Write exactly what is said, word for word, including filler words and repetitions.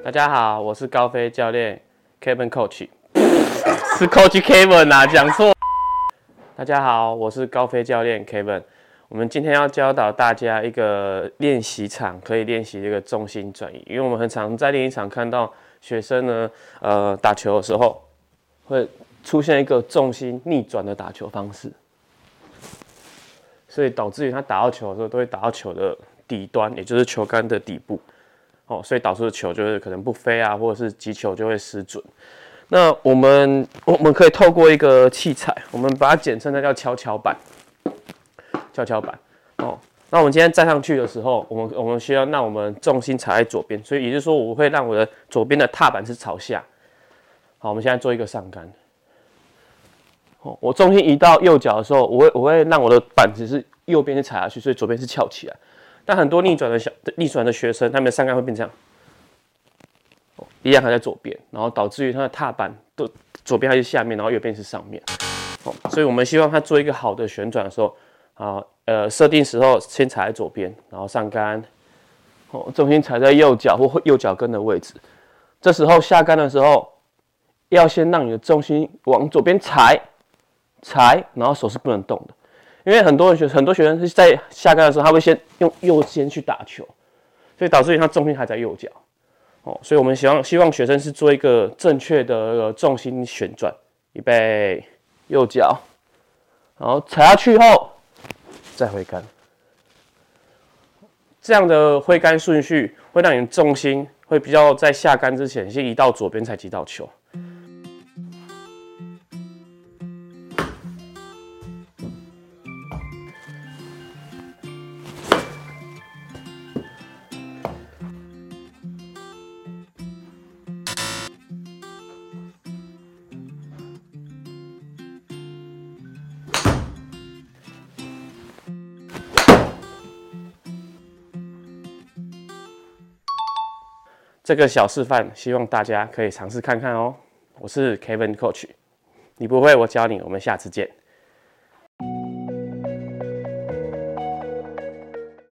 大家好，我是高飞教练 Kevin Coach， 是 Coach Kevin 啊，讲错。大家好，我是高飞教练 Kevin。我们今天要教导大家一个练习场，可以练习这个重心转移。因为我们很常在练习场看到学生呢，呃，打球的时候会出现一个重心逆转的打球方式，所以导致于他打到球的时候都会打到球的底端，也就是球杆的底部。哦，所以导致球就是可能不飞啊，或者是击球就会失准。那我们我们可以透过一个器材，我们把它简称它叫跷跷板。跷跷板哦，那我们今天站上去的时候，我们我们需要让我们重心踩在左边，所以也就是说，我会让我的左边的踏板是朝下。好，我们现在做一个上杆。哦，我重心移到右脚的时候，我会我会让我的板子是右边是踩下去，所以左边是翘起来。但很多逆转的小逆转的学生，他们的上杆会变这样，哦、一样还在左边，然后导致于他的踏板都左边还是下面，然后右边是上面。哦，所以我们希望他做一个好的旋转的时候，啊，呃，设定时候先踩在左边，然后上杆，哦，重心踩在右脚或右脚跟的位置。这时候下杆的时候，要先让你的重心往左边踩，踩，然后手是不能动的。因为很多人学很多学生是在下杆的时候，他会先用右肩去打球，所以导致于他重心还在右脚。哦，所以我们希望希望学生是做一个正确的重心旋转，预备右脚，然后踩下去后再挥杆。这样的挥杆顺序会让你的重心会比较在下杆之前先移到左边才击到球。这个小示范，希望大家可以尝试看看哦。我是 Kevin Coach， 你不会我教你，我们下次见。